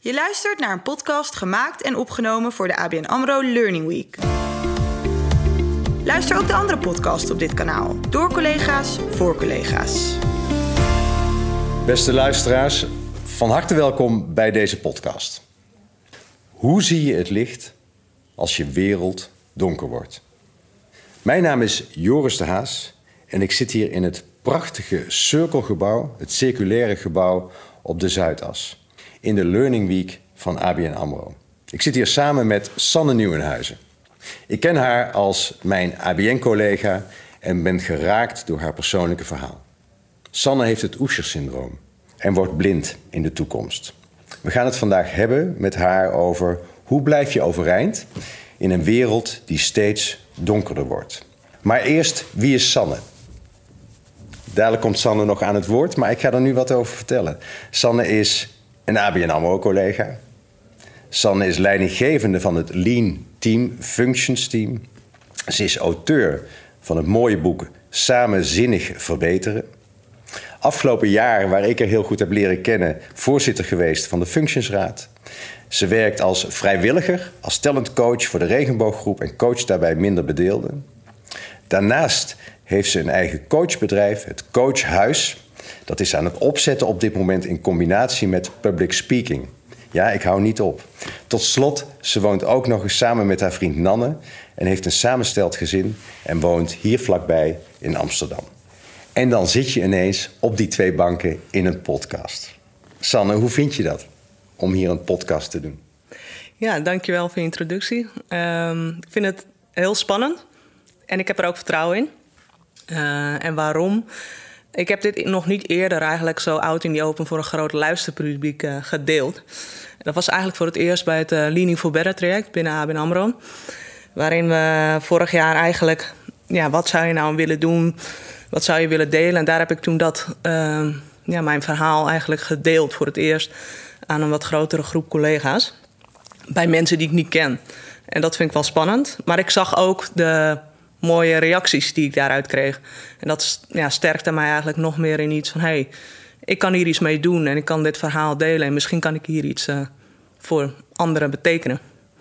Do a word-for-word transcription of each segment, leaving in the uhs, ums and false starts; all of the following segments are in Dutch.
Je luistert naar een podcast gemaakt en opgenomen voor de A B N AMRO Learning Week. Luister ook de andere podcasts op dit kanaal. Door collega's, voor collega's. Beste luisteraars, van harte welkom bij deze podcast. Hoe zie je het licht als je wereld donker wordt? Mijn naam is Joris de Haas en ik zit hier in het prachtige cirkelgebouw, het circulaire gebouw op de Zuidas, in de Learning Week van A B N AMRO. Ik zit hier samen met Sanne Nieuwenhuizen. Ik ken haar als mijn A B N-collega en ben geraakt door haar persoonlijke verhaal. Sanne heeft het Usher-syndroom en wordt blind in de toekomst. We gaan het vandaag hebben met haar over hoe blijf je overeind in een wereld die steeds donkerder wordt. Maar eerst, wie is Sanne? Dadelijk komt Sanne nog aan het woord, maar ik ga er nu wat over vertellen. Sanne is een A B N AMRO-collega. Sanne is leidinggevende van het Lean Team Functions Team. Ze is auteur van het mooie boek Samen zinnig verbeteren. Afgelopen jaar, waar ik haar heel goed heb leren kennen, voorzitter geweest van de Functionsraad. Ze werkt als vrijwilliger, als talentcoach voor de Regenbooggroep en coacht daarbij minder bedeelden. Daarnaast heeft ze een eigen coachbedrijf, het Coachhuis. Dat is aan het opzetten op dit moment in combinatie met public speaking. Ja, ik hou niet op. Tot slot, ze woont ook nog eens samen met haar vriend Nanne en heeft een samengesteld gezin en woont hier vlakbij in Amsterdam. En dan zit je ineens op die twee banken in een podcast. Sanne, hoe vind je dat om hier een podcast te doen? Ja, dankjewel voor je introductie. Um, ik vind het heel spannend en ik heb er ook vertrouwen in. Uh, en waarom? Ik heb dit nog niet eerder eigenlijk zo out in the open voor een groot luisterpubliek uh, gedeeld. Dat was eigenlijk voor het eerst bij het uh, Leaning for Better traject binnen A B N AMRO. Waarin we vorig jaar eigenlijk, ja, wat zou je nou willen doen? Wat zou je willen delen? En daar heb ik toen dat, uh, ja, mijn verhaal eigenlijk gedeeld voor het eerst aan een wat grotere groep collega's. Bij mensen die ik niet ken. En dat vind ik wel spannend. Maar ik zag ook de mooie reacties die ik daaruit kreeg. En dat, ja, sterkte mij eigenlijk nog meer in iets van, hé, hey, ik kan hier iets mee doen en ik kan dit verhaal delen. En misschien kan ik hier iets uh, voor anderen betekenen.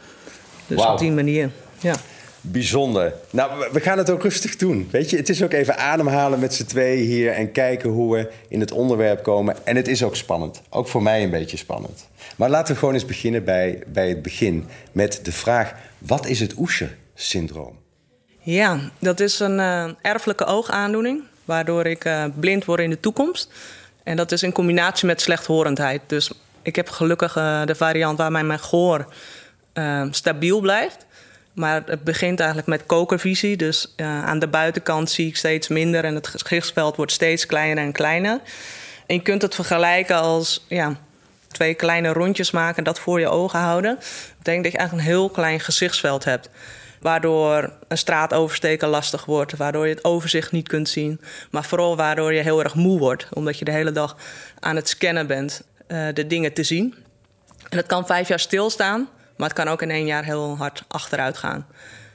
Dus wow. Op die manier, ja. Bijzonder. Nou, we gaan het ook rustig doen. Weet je, het is ook even ademhalen met z'n tweeën hier en kijken hoe we in het onderwerp komen. En het is ook spannend. Ook voor mij een beetje spannend. Maar laten we gewoon eens beginnen bij, bij het begin met de vraag, wat is het Usher-syndroom? Ja, dat is een uh, erfelijke oogaandoening, waardoor ik uh, blind word in de toekomst. En dat is in combinatie met slechthorendheid. Dus ik heb gelukkig uh, de variant waar mijn gehoor uh, stabiel blijft. Maar het begint eigenlijk met kokervisie. Dus uh, aan de buitenkant zie ik steeds minder en het gezichtsveld wordt steeds kleiner en kleiner. En je kunt het vergelijken als, ja, twee kleine rondjes maken en dat voor je ogen houden. Dat betekent dat je eigenlijk een heel klein gezichtsveld hebt. Waardoor een straat oversteken lastig wordt, waardoor je het overzicht niet kunt zien. Maar vooral waardoor je heel erg moe wordt, omdat je de hele dag aan het scannen bent uh, de dingen te zien. En dat kan vijf jaar stilstaan, maar het kan ook in één jaar heel hard achteruit gaan.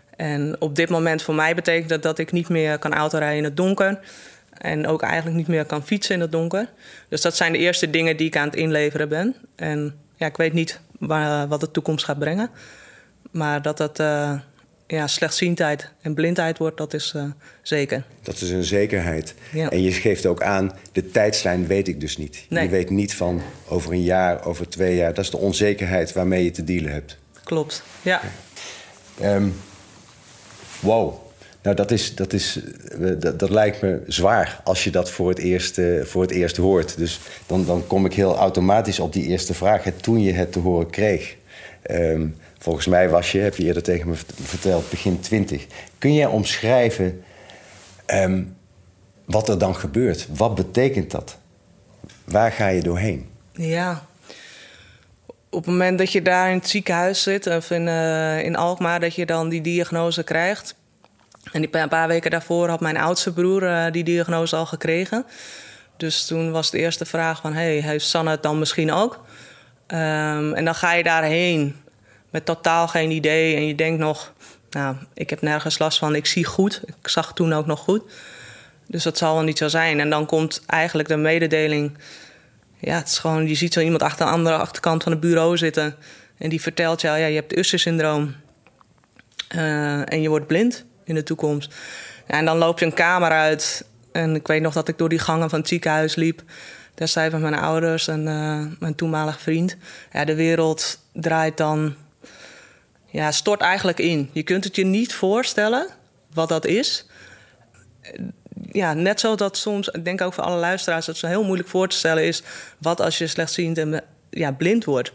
En op dit moment voor mij betekent dat dat ik niet meer kan autorijden in het donker. En ook eigenlijk niet meer kan fietsen in het donker. Dus dat zijn de eerste dingen die ik aan het inleveren ben. En ja, ik weet niet waar, wat de toekomst gaat brengen. Maar dat het uh, ja, slechtziendheid en blindheid wordt, dat is uh, zeker. Dat is een zekerheid. Ja. En je geeft ook aan, de tijdslijn weet ik dus niet. Nee. Je weet niet van over een jaar, over twee jaar. Dat is de onzekerheid waarmee je te dealen hebt. Klopt, ja. Um, wow. Nou, dat, is, dat, is, dat, dat lijkt me zwaar als je dat voor het eerst, uh, voor het eerst hoort. Dus dan, dan kom ik heel automatisch op die eerste vraag. Toen je het te horen kreeg. Um, volgens mij was je, heb je eerder tegen me verteld, begin twintig. Kun jij omschrijven um, wat er dan gebeurt? Wat betekent dat? Waar ga je doorheen? Ja. Op het moment dat je daar in het ziekenhuis zit, of in, uh, in Alkmaar, dat je dan die diagnose krijgt. En die, een paar weken daarvoor had mijn oudste broer uh, die diagnose al gekregen. Dus toen was de eerste vraag van, hey, heeft Sanne het dan misschien ook? Um, en dan ga je daarheen met totaal geen idee. En je denkt nog, nou, ik heb nergens last van, ik zie goed. Ik zag toen ook nog goed. Dus dat zal wel niet zo zijn. En dan komt eigenlijk de mededeling, Ja, het is gewoon, je ziet zo iemand achter de andere achterkant van het bureau zitten. En die vertelt jou, ja, je hebt Usher-syndroom. Uh, en je wordt blind in de toekomst. Ja, en dan loop je een kamer uit. En ik weet nog dat ik door die gangen van het ziekenhuis liep. Destijds met mijn ouders en uh, mijn toenmalige vriend. Ja, de wereld draait dan... Ja, stort eigenlijk in. Je kunt het je niet voorstellen wat dat is. Ja, net zo dat soms, ik denk ook voor alle luisteraars... dat het zo heel moeilijk voor te stellen is... wat als je slechtziend en ja, blind wordt.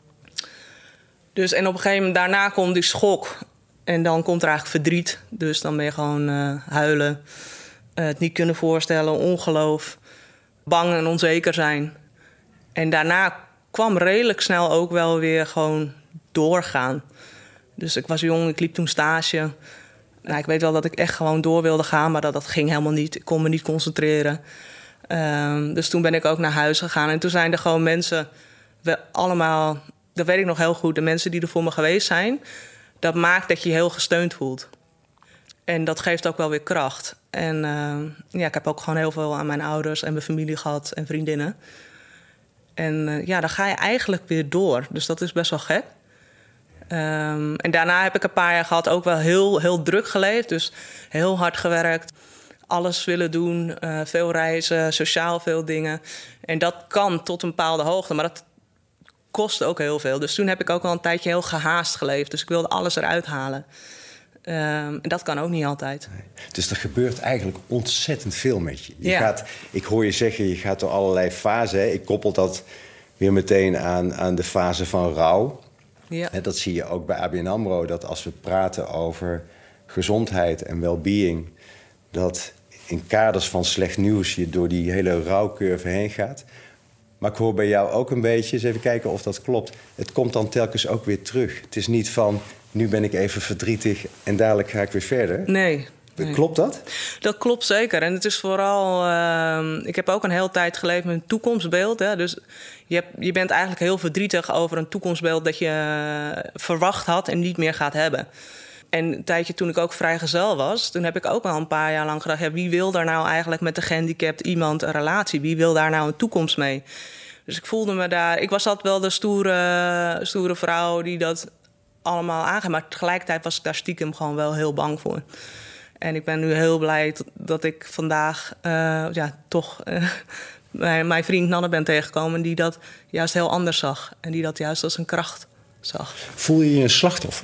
Dus en op een gegeven moment daarna komt die schok... en dan komt er eigenlijk verdriet. Dus dan ben je gewoon uh, huilen... Uh, het niet kunnen voorstellen, ongeloof... bang en onzeker zijn. En daarna kwam redelijk snel ook wel weer gewoon doorgaan. Dus ik was jong, ik liep toen stage. Nou, ik weet wel dat ik echt gewoon door wilde gaan... maar dat, dat ging helemaal niet. Ik kon me niet concentreren. Um, dus toen ben ik ook naar huis gegaan. En toen zijn er gewoon mensen... We allemaal, dat weet ik nog heel goed... de mensen die er voor me geweest zijn... dat maakt dat je je heel gesteund voelt. En dat geeft ook wel weer kracht. En uh, ja, ik heb ook gewoon heel veel aan mijn ouders en mijn familie gehad en vriendinnen. En uh, ja, dan ga je eigenlijk weer door. Dus dat is best wel gek. Um, en daarna heb ik een paar jaar gehad ook wel heel, heel druk geleefd. Dus heel hard gewerkt. Alles willen doen. Uh, veel reizen, sociaal veel dingen. En dat kan tot een bepaalde hoogte. Maar dat kost ook heel veel. Dus toen heb ik ook al een tijdje heel gehaast geleefd. Dus ik wilde alles eruit halen. Um, en dat kan ook niet altijd. Nee. Dus er gebeurt eigenlijk ontzettend veel met je. je ja. gaat, ik hoor je zeggen, je gaat door allerlei fasen. Hè. Ik koppel dat weer meteen aan, aan de fase van rouw. Ja. Hè, dat zie je ook bij A B N AMRO. Dat als we praten over gezondheid en well-being... dat in kaders van slecht nieuws je door die hele rouwcurve heen gaat. Maar ik hoor bij jou ook een beetje, eens even kijken of dat klopt... het komt dan telkens ook weer terug. Het is niet van... nu ben ik even verdrietig en dadelijk ga ik weer verder. Nee. nee. Klopt dat? Dat klopt zeker. En het is vooral... Uh, ik heb ook een hele tijd geleefd met een toekomstbeeld. Hè? Dus je, hebt, je bent eigenlijk heel verdrietig over een toekomstbeeld... dat je verwacht had en niet meer gaat hebben. En een tijdje toen ik ook vrijgezel was... toen heb ik ook al een paar jaar lang gedacht... Ja, wie wil daar nou eigenlijk met een gehandicapt iemand een relatie? Wie wil daar nou een toekomst mee? Dus ik voelde me daar... Ik was altijd wel de stoere, stoere vrouw die dat... allemaal aangaan. Maar tegelijkertijd was ik daar stiekem gewoon wel heel bang voor. En ik ben nu heel blij dat ik vandaag uh, ja, toch uh, mijn, mijn vriend Nanne ben tegengekomen... die dat juist heel anders zag. En die dat juist als een kracht zag. Voel je je een slachtoffer?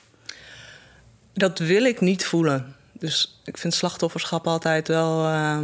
Dat wil ik niet voelen. Dus ik vind slachtofferschap altijd wel... Uh,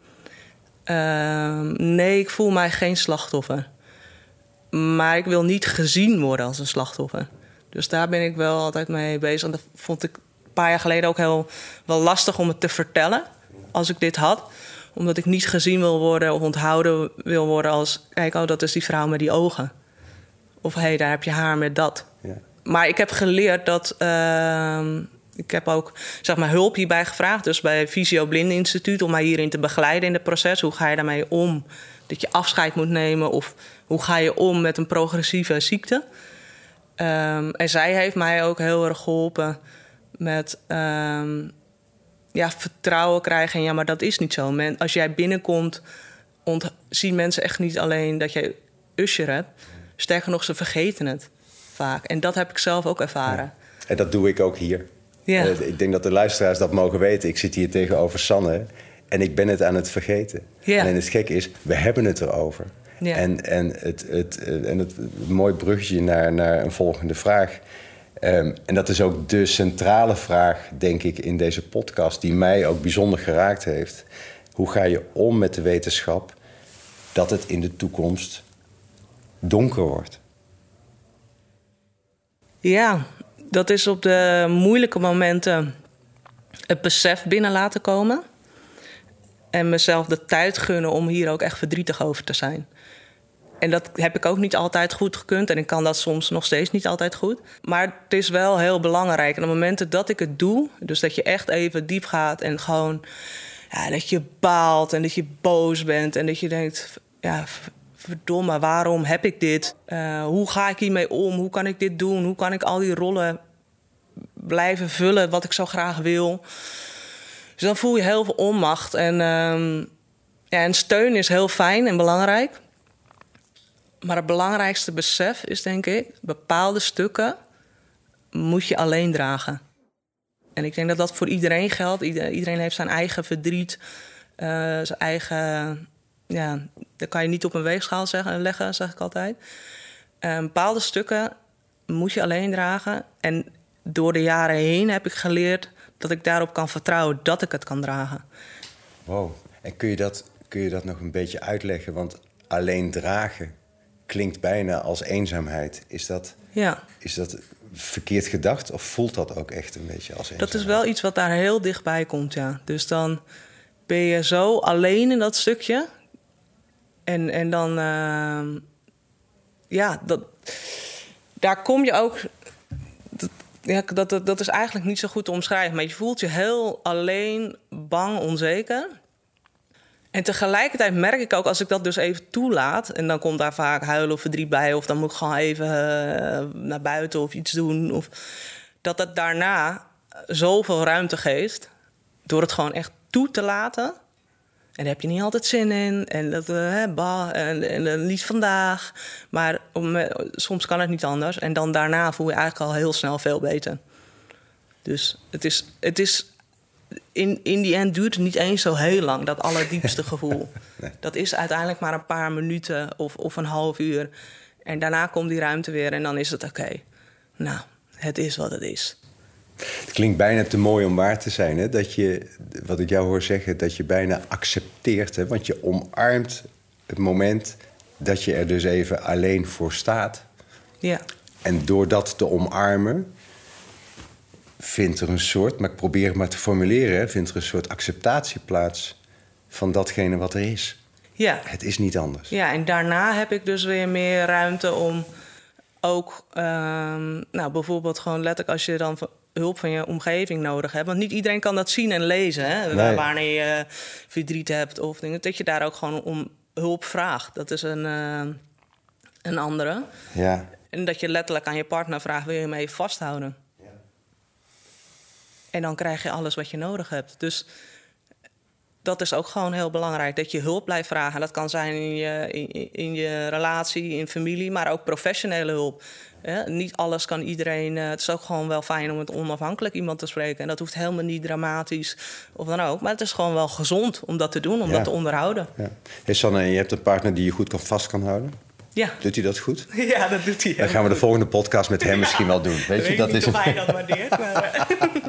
uh, nee, ik voel mij geen slachtoffer. Maar ik wil niet gezien worden als een slachtoffer. Dus daar ben ik wel altijd mee bezig. En dat vond ik een paar jaar geleden ook heel wel lastig om het te vertellen. Als ik dit had. Omdat ik niet gezien wil worden of onthouden wil worden als... kijk, oh, dat is die vrouw met die ogen. Of hé, hey, daar heb je haar met dat. Ja. Maar ik heb geleerd dat... Uh, ik heb ook zeg maar, hulp hierbij gevraagd. Dus bij het Visio Blinden Instituut... om mij hierin te begeleiden in het proces. Hoe ga je daarmee om? Dat je afscheid moet nemen? Of hoe ga je om met een progressieve ziekte? Um, en zij heeft mij ook heel erg geholpen met um, ja, vertrouwen krijgen. En ja, maar dat is niet zo. Men, als jij binnenkomt, ont- zien mensen echt niet alleen dat jij Usher hebt. Sterker nog, ze vergeten het vaak. En dat heb ik zelf ook ervaren. Ja. En dat doe ik ook hier. Ja. Uh, ik denk dat de luisteraars dat mogen weten. Ik zit hier tegenover Sanne en ik ben het aan het vergeten. Ja. En het gekke is, we hebben het erover. Ja. En, en, het, het, en het, het mooi bruggetje naar, naar een volgende vraag. Um, en dat is ook de centrale vraag, denk ik, in deze podcast... die mij ook bijzonder geraakt heeft. Hoe ga je om met de wetenschap dat het in de toekomst donker wordt? Ja, dat is op de moeilijke momenten het besef binnen laten komen. En mezelf de tijd gunnen om hier ook echt verdrietig over te zijn. En dat heb ik ook niet altijd goed gekund. En ik kan dat soms nog steeds niet altijd goed. Maar het is wel heel belangrijk. En op momenten dat ik het doe... dus dat je echt even diep gaat en gewoon... Ja, dat je baalt en dat je boos bent... en dat je denkt, ja, verdomme, waarom heb ik dit? Uh, hoe ga ik hiermee om? Hoe kan ik dit doen? Hoe kan ik al die rollen blijven vullen wat ik zo graag wil? Dus dan voel je heel veel onmacht. En, um, ja, en steun is heel fijn en belangrijk... Maar het belangrijkste besef is, denk ik, bepaalde stukken moet je alleen dragen. En ik denk dat dat voor iedereen geldt. Iedereen heeft zijn eigen verdriet, uh, zijn eigen... Ja, dat kan je niet op een weegschaal zeggen, leggen, zeg ik altijd. Uh, bepaalde stukken moet je alleen dragen. En door de jaren heen heb ik geleerd dat ik daarop kan vertrouwen dat ik het kan dragen. Wow. En kun je dat, kun je dat nog een beetje uitleggen? Want alleen dragen klinkt bijna als eenzaamheid. Is dat, ja. is dat verkeerd gedacht of voelt dat ook echt een beetje als eenzaamheid? Dat is wel iets wat daar heel dichtbij komt, ja. Dus dan ben je zo alleen in dat stukje. En, en dan... Uh, ja, dat, daar kom je ook... Dat, ja, dat, dat, dat is eigenlijk niet zo goed te omschrijven. Maar je voelt je heel alleen, bang, onzeker. En tegelijkertijd merk ik ook, als ik dat dus even toelaat... en dan komt daar vaak huilen of verdriet bij... of dan moet ik gewoon even uh, naar buiten of iets doen... Of, dat het daarna zoveel ruimte geeft... door het gewoon echt toe te laten... En daar heb je niet altijd zin in. En dat, uh, bah, en, en, en niet vandaag. Maar om, uh, soms kan het niet anders. En dan daarna voel je eigenlijk al heel snel veel beter. Dus het is... Het is in, in die end duurt het niet eens zo heel lang, dat allerdiepste gevoel. Nee. Dat is uiteindelijk maar een paar minuten of, of een half uur. En daarna komt die ruimte weer en dan is het oké. Okay. Nou, het is wat het is. Het klinkt bijna te mooi om waar te zijn. Hè? Dat je, wat ik jou hoor zeggen, dat je bijna accepteert. Hè? Want je omarmt het moment dat je er dus even alleen voor staat. Ja. En door dat te omarmen... vindt er een soort, maar ik probeer het maar te formuleren... Hè, vindt er een soort acceptatie plaats van datgene wat er is. Ja. Het is niet anders. Ja, en daarna heb ik dus weer meer ruimte om ook... Uh, nou, bijvoorbeeld gewoon letterlijk als je dan hulp van je omgeving nodig hebt. Want niet iedereen kan dat zien en lezen, hè? Nee. Wanneer je verdriet hebt of dingen. Dat je daar ook gewoon om hulp vraagt. Dat is een, uh, een andere. Ja. En dat je letterlijk aan je partner vraagt, wil je me even vasthouden? En dan krijg je alles wat je nodig hebt. Dus dat is ook gewoon heel belangrijk. Dat je hulp blijft vragen. Dat kan zijn in je, in, in je relatie, in familie, maar ook professionele hulp. Ja, niet alles kan iedereen... Uh, het is ook gewoon wel fijn om met onafhankelijk iemand te spreken. En dat hoeft helemaal niet dramatisch of dan ook. Maar het is gewoon wel gezond om dat te doen, om ja. dat te onderhouden. Ja. Hey Sanne, je hebt een partner die je goed kan vast kan houden? Ja. Doet hij dat goed? Ja, dat doet hij. Dan gaan we de volgende podcast met hem ja. misschien wel doen. Weet je, ik dat niet is of hij dat waardeert. Maar,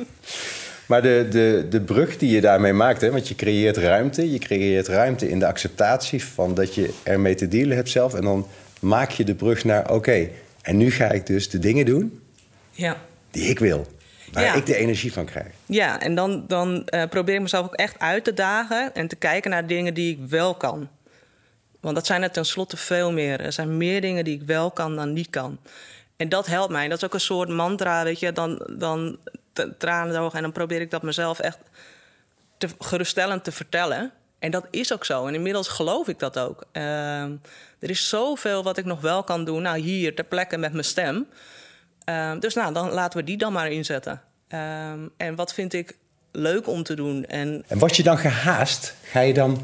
maar de, de, de brug die je daarmee maakt, hè, want je creëert ruimte. Je creëert ruimte in de acceptatie van dat je ermee te dealen hebt zelf. En dan maak je de brug naar, oké, okay, en nu ga ik dus de dingen doen ja. die ik wil. Waar ja. ik de energie van krijg. Ja, en dan, dan uh, probeer ik mezelf ook echt uit te dagen en te kijken naar dingen die ik wel kan. Want dat zijn er tenslotte veel meer. Er zijn meer dingen die ik wel kan dan niet kan. En dat helpt mij. Dat is ook een soort mantra, weet je. Dan, dan tranen in de ogen en dan probeer ik dat mezelf echt te, geruststellend te vertellen. En dat is ook zo. En inmiddels geloof ik dat ook. Uh, er is zoveel wat ik nog wel kan doen. Nou, hier ter plekke met mijn stem. Uh, dus nou, dan laten we die dan maar inzetten. Uh, en wat vind ik leuk om te doen. En, en word je dan gehaast? Ga je dan...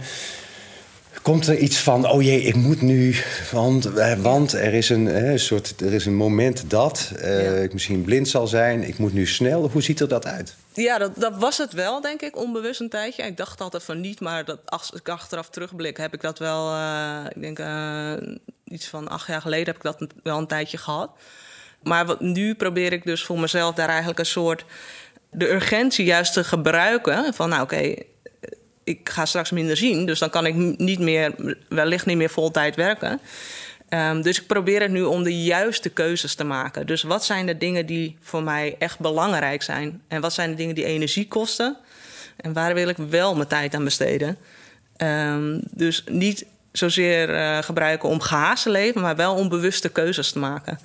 Komt er iets van, oh jee, ik moet nu, want, want er, is een, een soort, er is een moment dat uh, ja. ik misschien blind zal zijn, ik moet nu snel. Hoe ziet er dat uit? Ja, dat, dat was het wel, denk ik, onbewust een tijdje. Ik dacht altijd van niet, maar dat, als ik achteraf terugblik, heb ik dat wel, uh, ik denk uh, iets van acht jaar geleden heb ik dat wel een tijdje gehad. Maar wat, nu probeer ik dus voor mezelf daar eigenlijk een soort, de urgentie juist te gebruiken. Van nou oké, okay, ik ga straks minder zien, dus dan kan ik niet meer, wellicht niet meer vol tijd werken. Um, dus ik probeer het nu om de juiste keuzes te maken. Dus wat zijn de dingen die voor mij echt belangrijk zijn? En wat zijn de dingen die energie kosten? En waar wil ik wel mijn tijd aan besteden? Um, dus niet zozeer uh, gebruiken om gehaast te leven, maar wel om bewuste keuzes te maken.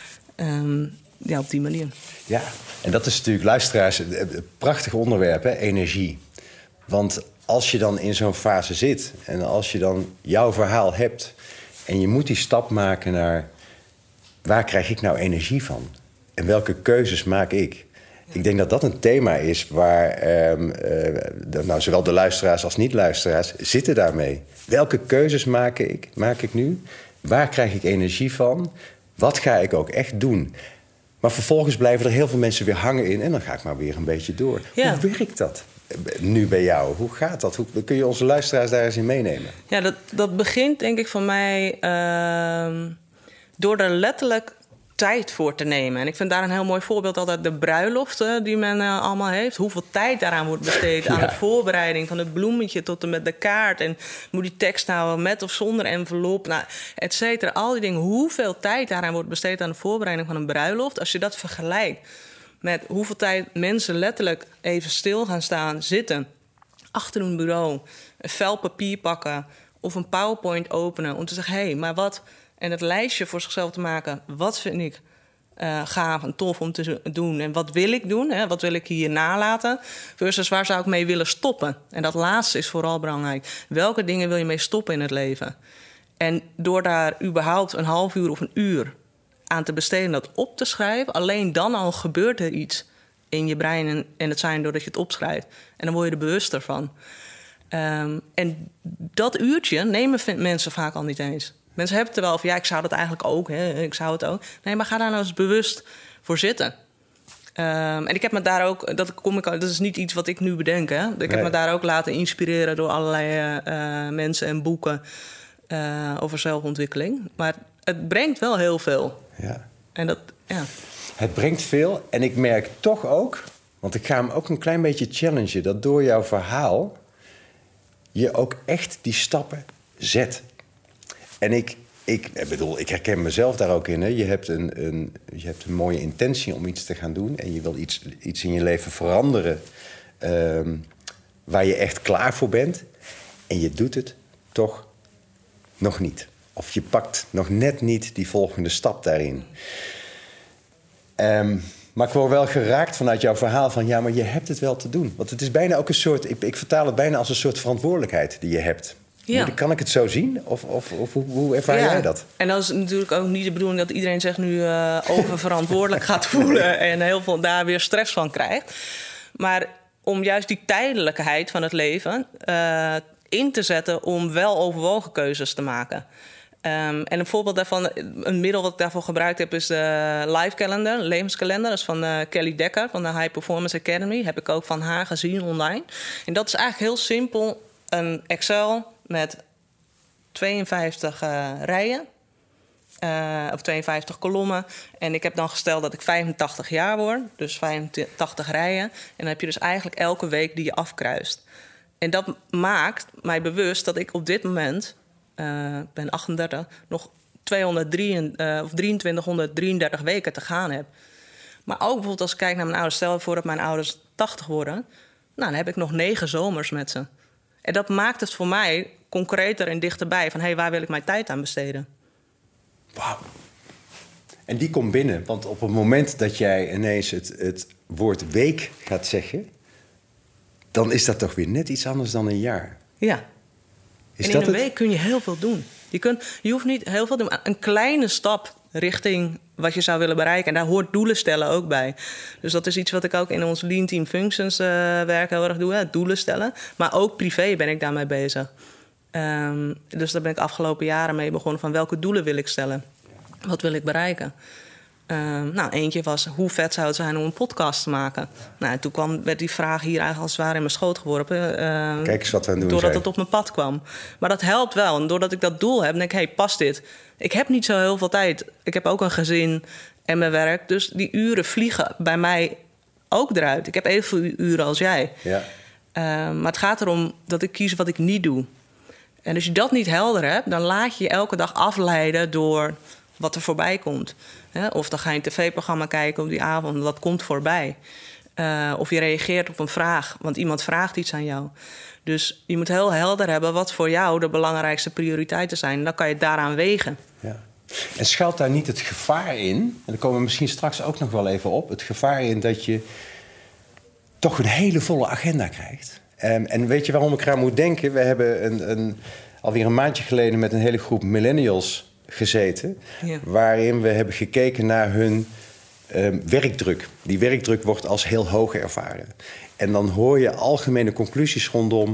Um, ja, op die manier. Ja, en dat is natuurlijk, luisteraars, een prachtig onderwerp, hè? Energie. Want als je dan in zo'n fase zit en als je dan jouw verhaal hebt en je moet die stap maken naar waar krijg ik nou energie van? En welke keuzes maak ik? Ja. Ik denk dat dat een thema is waar um, uh, nou, zowel de luisteraars als niet-luisteraars zitten daarmee. Welke keuzes maak ik, maak ik nu? Waar krijg ik energie van? Wat ga ik ook echt doen? Maar vervolgens blijven er heel veel mensen weer hangen in... en dan ga ik maar weer een beetje door. Ja. Hoe werkt dat nu bij jou? Hoe gaat dat? Hoe kun je onze luisteraars daar eens in meenemen? Ja, dat, dat begint denk ik van mij... Uh, door er letterlijk tijd voor te nemen. En ik vind daar een heel mooi voorbeeld altijd de bruiloften die men uh, allemaal heeft. Hoeveel tijd daaraan wordt besteed ja. aan de voorbereiding van het bloemetje tot en met de kaart. En moet die tekst houden met of zonder envelop, nou, et cetera. Al die dingen. Hoeveel tijd daaraan wordt besteed aan de voorbereiding van een bruiloft. Als je dat vergelijkt met hoeveel tijd mensen letterlijk even stil gaan staan, zitten, achter een bureau, een vel papier pakken of een PowerPoint openen om te zeggen, hé, hey, maar wat... En het lijstje voor zichzelf te maken. Wat vind ik uh, gaaf en tof om te doen? En wat wil ik doen? Hè? Wat wil ik hier nalaten? Versus waar zou ik mee willen stoppen? En dat laatste is vooral belangrijk. Welke dingen wil je mee stoppen in het leven? En door daar überhaupt een half uur of een uur aan te besteden... dat op te schrijven, alleen dan al gebeurt er iets in je brein... en, en het zijn doordat je het opschrijft. En dan word je er bewuster van. Um, en dat uurtje nemen mensen vaak al niet eens... Mensen hebben het er wel over, ja, ik zou dat eigenlijk ook, hè, ik zou het ook. Nee, maar ga daar nou eens bewust voor zitten. Um, en ik heb me daar ook, dat kom ik, dat is niet iets wat ik nu bedenk, hè. Ik nee. heb me daar ook laten inspireren door allerlei uh, mensen en boeken uh, over zelfontwikkeling. Maar het brengt wel heel veel. Ja. En dat, ja. Het brengt veel en ik merk toch ook, want ik ga hem ook een klein beetje challengen, dat door jouw verhaal je ook echt die stappen zet. En ik, ik, ik bedoel, ik herken mezelf daar ook in. Hè. Je hebt een, een, je hebt een mooie intentie om iets te gaan doen. En je wil iets, iets in je leven veranderen um, waar je echt klaar voor bent. En je doet het toch nog niet. Of je pakt nog net niet die volgende stap daarin. Um, maar ik word wel geraakt vanuit jouw verhaal van... ja, maar je hebt het wel te doen. Want het is bijna ook een soort... Ik, ik vertaal het bijna als een soort verantwoordelijkheid die je hebt. Ja. Kan ik het zo zien? Of, of, of hoe, hoe ervaar ja. jij dat? En dat is natuurlijk ook niet de bedoeling dat iedereen zich nu uh, oververantwoordelijk gaat voelen... en heel veel daar weer stress van krijgt. Maar om juist die tijdelijkheid van het leven uh, in te zetten... om wel overwogen keuzes te maken. Um, en een voorbeeld daarvan, een middel wat ik daarvoor gebruikt heb... is de Life Calendar, levenskalender. Dat is van uh, Kelly Dekker van de High Performance Academy. Heb ik ook van haar gezien online. En dat is eigenlijk heel simpel een Excel... met tweeënvijftig uh, rijen, uh, of tweeënvijftig kolommen. En ik heb dan gesteld dat ik vijfentachtig jaar word, dus vijfentachtig rijen. En dan heb je dus eigenlijk elke week die je afkruist. En dat maakt mij bewust dat ik op dit moment, uh, ik ben achtendertig... nog tweehonderddrie, uh, of drieëntwintighonderddrieëndertig weken te gaan heb. Maar ook bijvoorbeeld als ik kijk naar mijn ouders... stel voor dat mijn ouders tachtig worden... nou, dan heb ik nog negen zomers met ze. En dat maakt het voor mij concreter en dichterbij... van hé, hey, waar wil ik mijn tijd aan besteden? Wauw. En die komt binnen, want op het moment dat jij ineens het, het woord week gaat zeggen... dan is dat toch weer net iets anders dan een jaar. Ja. Is en in dat een het? week kun je heel veel doen. Je, kunt, je hoeft niet heel veel te doen, maar een kleine stap richting wat je zou willen bereiken. En daar hoort doelen stellen ook bij. Dus dat is iets wat ik ook in ons Lean Team Functions uh, werk heel erg doe. Hè, doelen stellen. Maar ook privé ben ik daarmee bezig. Um, dus daar ben ik afgelopen jaren mee begonnen van welke doelen wil ik stellen? Wat wil ik bereiken? Um, nou, eentje was hoe vet zou het zijn om een podcast te maken. Nou, en toen kwam, werd die vraag hier eigenlijk als het ware in mijn schoot geworpen. Uh, Kijk eens wat we aan doen Doordat zijn. het op mijn pad kwam. Maar dat helpt wel. En doordat ik dat doel heb, denk ik, hé, hey, past dit? Ik heb niet zo heel veel tijd. Ik heb ook een gezin en mijn werk. Dus die uren vliegen bij mij ook eruit. Ik heb evenveel uren als jij. Ja. Uh, maar het gaat erom dat ik kies wat ik niet doe. En als je dat niet helder hebt, dan laat je je elke dag afleiden door wat er voorbij komt. Of dan ga je een tv-programma kijken op die avond, dat komt voorbij. Uh, of je reageert op een vraag, want iemand vraagt iets aan jou. Dus je moet heel helder hebben wat voor jou de belangrijkste prioriteiten zijn. Dan kan je het daaraan wegen. Ja. En schuilt daar niet het gevaar in, en daar komen we misschien straks ook nog wel even op... het gevaar in dat je toch een hele volle agenda krijgt. Um, en weet je waarom ik eraan moet denken? We hebben een, een, alweer een maandje geleden met een hele groep millennials gezeten... Ja. waarin we hebben gekeken naar hun um, werkdruk. Die werkdruk wordt als heel hoog ervaren. En dan hoor je algemene conclusies rondom...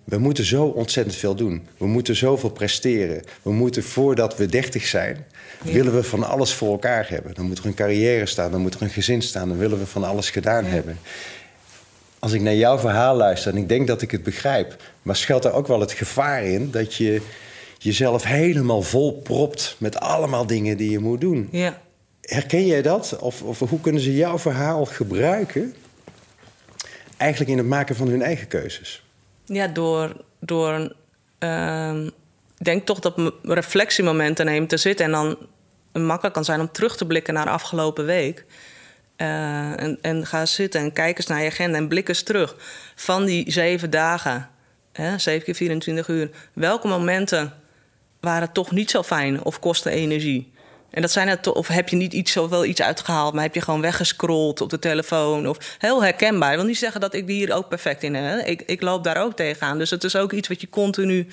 We moeten zo ontzettend veel doen. We moeten zoveel presteren. We moeten voordat we dertig zijn, ja. willen we van alles voor elkaar hebben. Dan moet er een carrière staan, dan moet er een gezin staan. Dan willen we van alles gedaan ja. hebben. Als ik naar jouw verhaal luister, en ik denk dat ik het begrijp, maar schuilt er ook wel het gevaar in dat je jezelf helemaal vol propt met allemaal dingen die je moet doen. Ja. Herken jij dat? Of, of hoe kunnen ze jouw verhaal gebruiken eigenlijk in het maken van hun eigen keuzes? Ja, door... door uh, ik denk toch dat reflectiemomenten nemen te zitten en dan makkelijk kan zijn om terug te blikken naar de afgelopen week. Uh, en, en ga zitten en kijk eens naar je agenda en blik eens terug. Van die zeven dagen, hè, zeven keer vierentwintig uur. Welke momenten waren toch niet zo fijn of kosten energie? En dat zijn het, of heb je niet iets, zoveel iets uitgehaald, maar heb je gewoon weggescrolld op de telefoon? Of heel herkenbaar. Ik wil niet zeggen dat ik hier ook perfect in heb. Ik, ik loop daar ook tegenaan. Dus het is ook iets wat je continu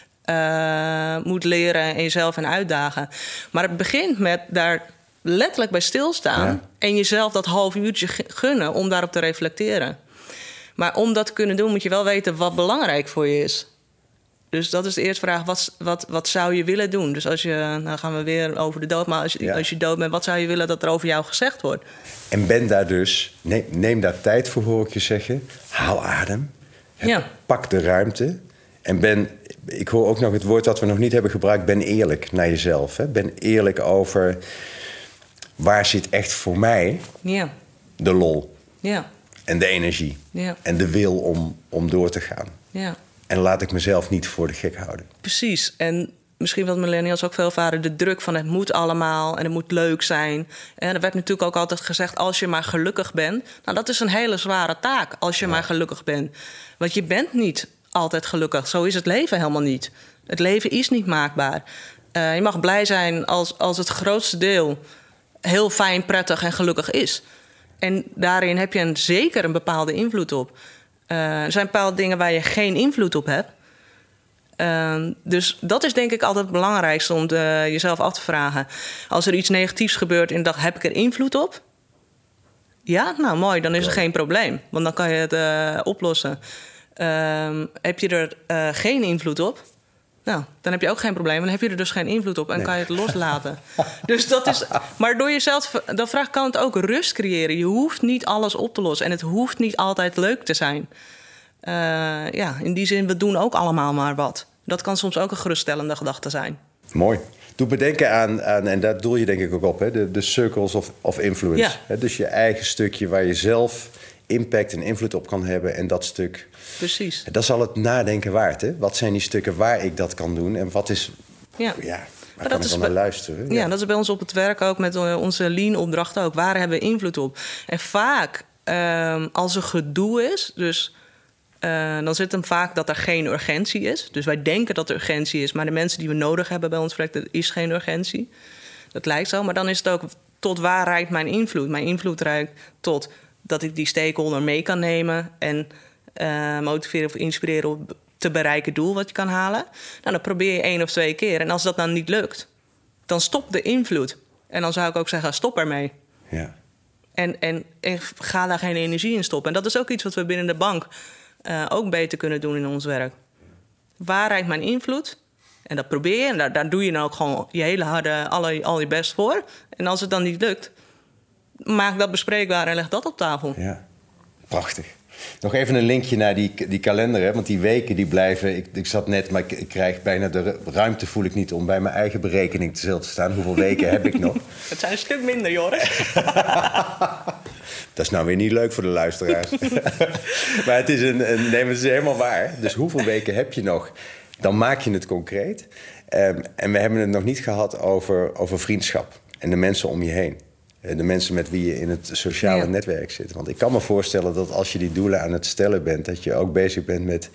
uh, moet leren en jezelf en uitdagen. Maar het begint met daar letterlijk bij stilstaan ja. en jezelf dat half uurtje gunnen om daarop te reflecteren. Maar om dat te kunnen doen moet je wel weten wat belangrijk voor je is. Dus dat is de eerste vraag. Wat, wat, wat zou je willen doen? Dus als je, nou gaan we weer over de dood, maar als je, ja. als je dood bent, wat zou je willen dat er over jou gezegd wordt? En ben daar dus, neem, neem daar tijd voor, hoor ik je zeggen. Haal adem. Ja. Pak de ruimte. En ben, ik hoor ook nog het woord dat we nog niet hebben gebruikt, ben eerlijk naar jezelf. Hè? Ben eerlijk over waar zit echt voor mij ja. de lol. Ja. En de energie. Ja. En de wil om, om door te gaan. Ja. En laat ik mezelf niet voor de gek houden. Precies. En misschien wat millennials ook veel ervaren, de druk van het moet allemaal en het moet leuk zijn. En er werd natuurlijk ook altijd gezegd, als je maar gelukkig bent. Nou, dat is een hele zware taak, als je ja. maar gelukkig bent. Want je bent niet altijd gelukkig. Zo is het leven helemaal niet. Het leven is niet maakbaar. Uh, je mag blij zijn als, als het grootste deel heel fijn, prettig en gelukkig is. En daarin heb je een, zeker een bepaalde invloed op. Uh, er zijn bepaalde dingen waar je geen invloed op hebt. Uh, dus dat is denk ik altijd het belangrijkste om de, jezelf af te vragen. Als er iets negatiefs gebeurt en de dag heb ik er invloed op? Ja, nou mooi, dan is er geen probleem. Want dan kan je het uh, oplossen. Uh, heb je er uh, geen invloed op? Nou, dan heb je ook geen probleem. Dan heb je er dus geen invloed op en nee. kan je het loslaten. Dus dat is. Maar door jezelf, dan vraag kan het ook rust creëren. Je hoeft niet alles op te lossen en het hoeft niet altijd leuk te zijn. Uh, ja, in die zin, we doen ook allemaal maar wat. Dat kan soms ook een geruststellende gedachte zijn. Mooi. Doe bedenken aan, aan en daar doel je denk ik ook op, hè, de, de circles of, of influence. Ja. Hè, dus je eigen stukje waar je zelf impact en invloed op kan hebben en dat stuk. Precies. Dat is al het nadenken waard. Hè? Wat zijn die stukken waar ik dat kan doen en wat is. Ja. Ja, waar maar kan dat ik dan is naar bij, luisteren? Ja, ja, dat is bij ons op het werk ook met onze lean-opdrachten ook. Waar hebben we invloed op? En vaak, um, als er gedoe is, dus uh, dan zit hem vaak dat er geen urgentie is. Dus wij denken dat er urgentie is, maar de mensen die we nodig hebben bij ons werk, er is geen urgentie. Dat lijkt zo, maar dan is het ook tot waar reikt mijn invloed? Mijn invloed reikt tot dat ik die stakeholder mee kan nemen en uh, motiveren of inspireren op te bereiken doel wat je kan halen. Nou, dan probeer je één of twee keer. En als dat dan niet lukt, dan stop de invloed. En dan zou ik ook zeggen, stop ermee. Ja. En, en, en ga daar geen energie in stoppen. En dat is ook iets wat we binnen de bank uh, ook beter kunnen doen in ons werk. Waar reikt mijn invloed? En dat probeer je. En daar, daar doe je dan ook gewoon je hele harde, alle, al je best voor. En als het dan niet lukt, maak dat bespreekbaar en leg dat op tafel. Ja, prachtig. Nog even een linkje naar die, die kalender, hè? Want die weken die blijven. Ik, ik zat net, maar ik, ik krijg bijna de ruimte, voel ik niet, om bij mijn eigen berekening te stil te staan. Hoeveel weken heb ik nog? Het zijn een stuk minder, Joris. Dat is nou weer niet leuk voor de luisteraars. Maar het is een, een, nee, het is helemaal waar. Dus hoeveel weken heb je nog? Dan maak je het concreet. Um, en we hebben het nog niet gehad over, over vriendschap en de mensen om je heen. De mensen met wie je in het sociale ja. netwerk zit. Want ik kan me voorstellen dat als je die doelen aan het stellen bent, dat je ook bezig bent met,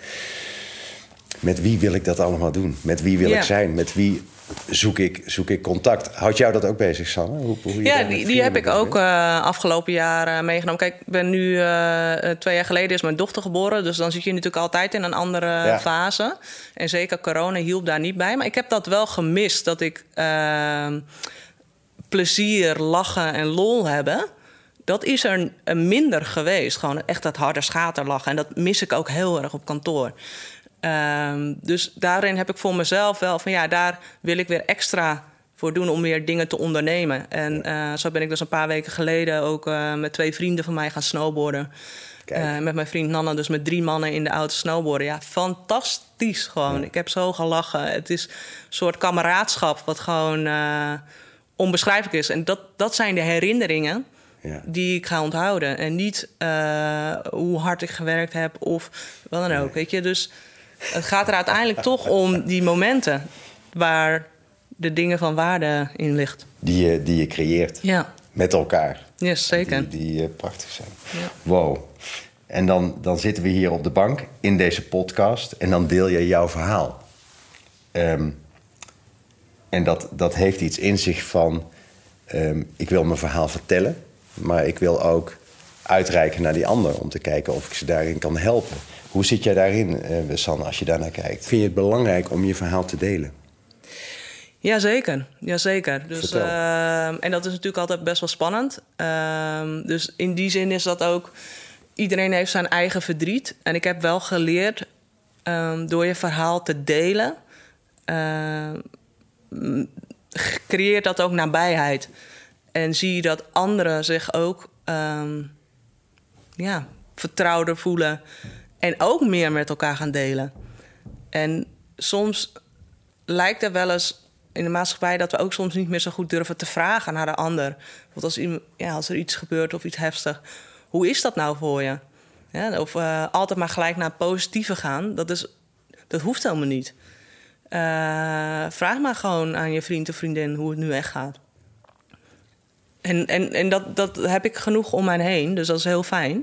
met wie wil ik dat allemaal doen? Met wie wil ja. ik zijn? Met wie zoek ik, zoek ik contact? Houdt jou dat ook bezig, Sanne? Hoe, hoe ja, die, die heb ik ook uh, afgelopen jaar uh, meegenomen. Kijk, ik ben nu uh, twee jaar geleden is mijn dochter geboren. Dus dan zit je natuurlijk altijd in een andere ja. fase. En zeker corona hielp daar niet bij. Maar ik heb dat wel gemist, dat ik Uh, plezier, lachen en lol hebben, dat is er minder geweest. Gewoon echt dat harde schaterlachen. En dat mis ik ook heel erg op kantoor. Um, dus daarin heb ik voor mezelf wel van ja, daar wil ik weer extra voor doen om weer dingen te ondernemen. En uh, zo ben ik dus een paar weken geleden ook uh, met twee vrienden van mij gaan snowboarden. Uh, met mijn vriend Nanna, dus met drie mannen in de auto snowboarden. Ja, fantastisch gewoon. Ja. Ik heb zo gelachen. Het is een soort kameraadschap wat gewoon uh, onbeschrijfelijk is. En dat, dat zijn de herinneringen ja. die ik ga onthouden. En niet uh, hoe hard ik gewerkt heb of wat dan ook. Nee. Weet je? Dus het gaat er uiteindelijk toch om die momenten waar de dingen van waarde in ligt. Die je, die je creëert. Ja. Met elkaar. Ja, yes, zeker. Die, die uh, prachtig zijn. Ja. Wow. En dan, dan zitten we hier op de bank in deze podcast en dan deel je jouw verhaal. Um, en dat, dat heeft iets in zich van... Um, ik wil mijn verhaal vertellen, maar ik wil ook uitreiken naar die ander... om te kijken of ik ze daarin kan helpen. Hoe zit jij daarin, uh, Sanne, als je daarnaar kijkt? Vind je het belangrijk om je verhaal te delen? Jazeker, jazeker. Dus, uh, en dat is natuurlijk altijd best wel spannend. Uh, dus in die zin is dat ook... Iedereen heeft zijn eigen verdriet. En ik heb wel geleerd, um, door je verhaal te delen... Uh, creëert dat ook nabijheid. En zie je dat anderen zich ook um, ja, vertrouwder voelen... en ook meer met elkaar gaan delen. En soms lijkt er wel eens... in de maatschappij dat we ook soms niet meer zo goed durven te vragen naar de ander. Bijvoorbeeld als, ja, als er iets gebeurt of iets heftigs. Hoe is dat nou voor je? Ja, of uh, altijd maar gelijk naar het positieve gaan. Dat, is, dat hoeft helemaal niet. Uh, vraag maar gewoon aan je vriend of vriendin hoe het nu echt gaat. En, en, en dat, dat heb ik genoeg om mij heen. Dus dat is heel fijn.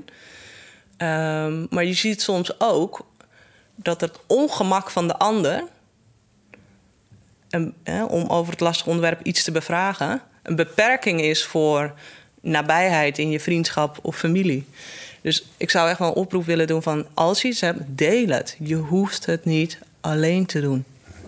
Um, maar je ziet soms ook dat het ongemak van de ander... Een, hè, om over het lastige onderwerp iets te bevragen... een beperking is voor nabijheid in je vriendschap of familie. Dus ik zou echt wel een oproep willen doen van... als je iets hebt, deel het. Je hoeft het niet alleen te doen.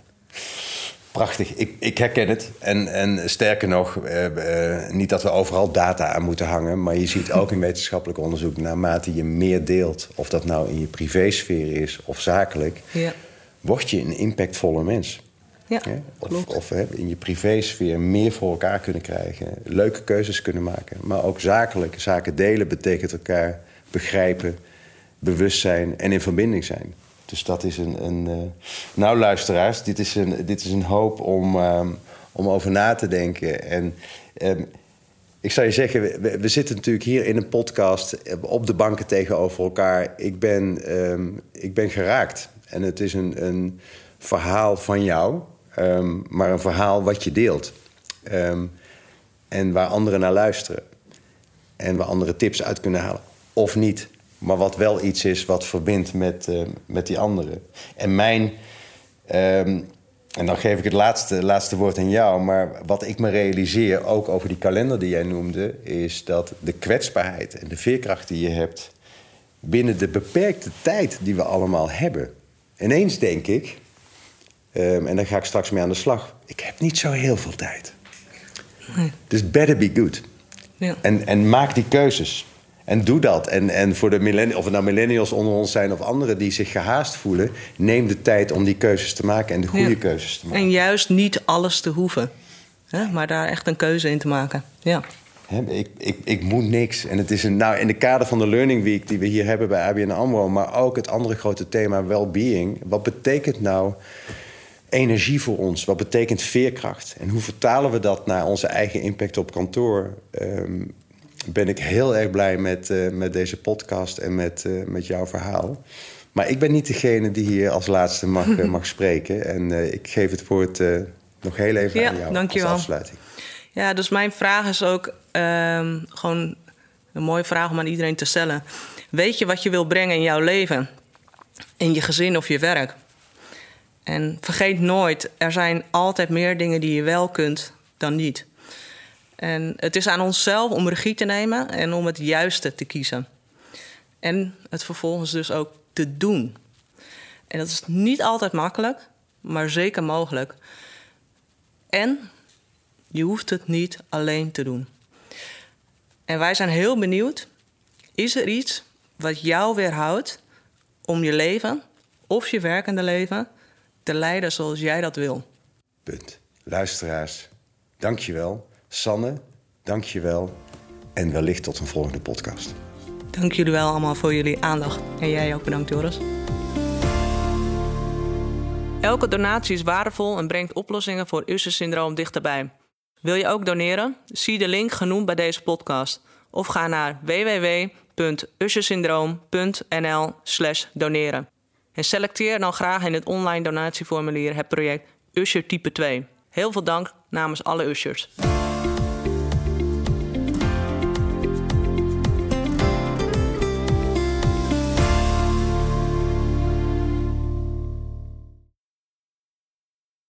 Prachtig, ik, ik herken het. En, en sterker nog, uh, uh, niet dat we overal data aan moeten hangen... maar je ziet ook in wetenschappelijk onderzoek... naarmate je meer deelt, of dat nou in je privésfeer is of zakelijk... Ja. word je een impactvolle mens. Ja, ja, of of he, in je privésfeer meer voor elkaar kunnen krijgen. Leuke keuzes kunnen maken. Maar ook zakelijk. Zaken delen betekent elkaar begrijpen, bewust zijn en in verbinding zijn. Dus dat is een... een uh... Nou, luisteraars, dit is een, dit is een hoop om, um, om over na te denken. En um, ik zou je zeggen, we, we zitten natuurlijk hier in een podcast... op de banken tegenover elkaar. Ik ben, um, ik ben geraakt. En het is een, een verhaal van jou... Um, maar een verhaal wat je deelt. Um, en waar anderen naar luisteren. En waar andere tips uit kunnen halen. Of niet. Maar wat wel iets is wat verbindt met, uh, met die anderen. En mijn... Um, en dan geef ik het laatste, laatste woord aan jou. Maar wat ik me realiseer, ook over die kalender die jij noemde... is dat de kwetsbaarheid en de veerkracht die je hebt... binnen de beperkte tijd die we allemaal hebben... ineens denk ik... Um, en daar ga ik straks mee aan de slag. Ik heb niet zo heel veel tijd. Nee. Dus better be good. Ja. En, en maak die keuzes. En doe dat. En, en voor de millennials, of het nou millennials onder ons zijn... of anderen die zich gehaast voelen... neem de tijd om die keuzes te maken en de goede ja. keuzes te maken. En juist niet alles te hoeven. Hè? Maar daar echt een keuze in te maken. Ja. He, ik, ik, ik moet niks. En het is een, nou, in de kader van de Learning Week die we hier hebben bij A B N AMRO... maar ook het andere grote thema well-being. Wat betekent nou... energie voor ons? Wat betekent veerkracht? En hoe vertalen we dat naar onze eigen impact op kantoor? Um, ben ik heel erg blij met, uh, met deze podcast en met, uh, met jouw verhaal. Maar ik ben niet degene die hier als laatste mag, uh, mag spreken. En uh, ik geef het woord uh, nog heel even ja, aan jou dankjewel. Als afsluiting. Ja, dus mijn vraag is ook uh, gewoon een mooie vraag om aan iedereen te stellen. Weet je wat je wil brengen in jouw leven? In je gezin of je werk? En vergeet nooit, er zijn altijd meer dingen die je wel kunt dan niet. En het is aan onszelf om regie te nemen en om het juiste te kiezen. En het vervolgens dus ook te doen. En dat is niet altijd makkelijk, maar zeker mogelijk. En je hoeft het niet alleen te doen. En wij zijn heel benieuwd, is er iets wat jou weerhoudt om je leven... of je werkende leven te leiden zoals jij dat wil. Punt. Luisteraars, dank je wel. Sanne, dank je wel. En wellicht tot een volgende podcast. Dank jullie wel allemaal voor jullie aandacht. En jij ook bedankt, Joris. Elke donatie is waardevol en brengt oplossingen voor Usher-syndroom dichterbij. Wil je ook doneren? Zie de link genoemd bij deze podcast. Of ga naar w w w punt ushersyndroom punt n l slash doneren. En selecteer dan graag in het online donatieformulier het project Usher Type twee. Heel veel dank namens alle Ushers.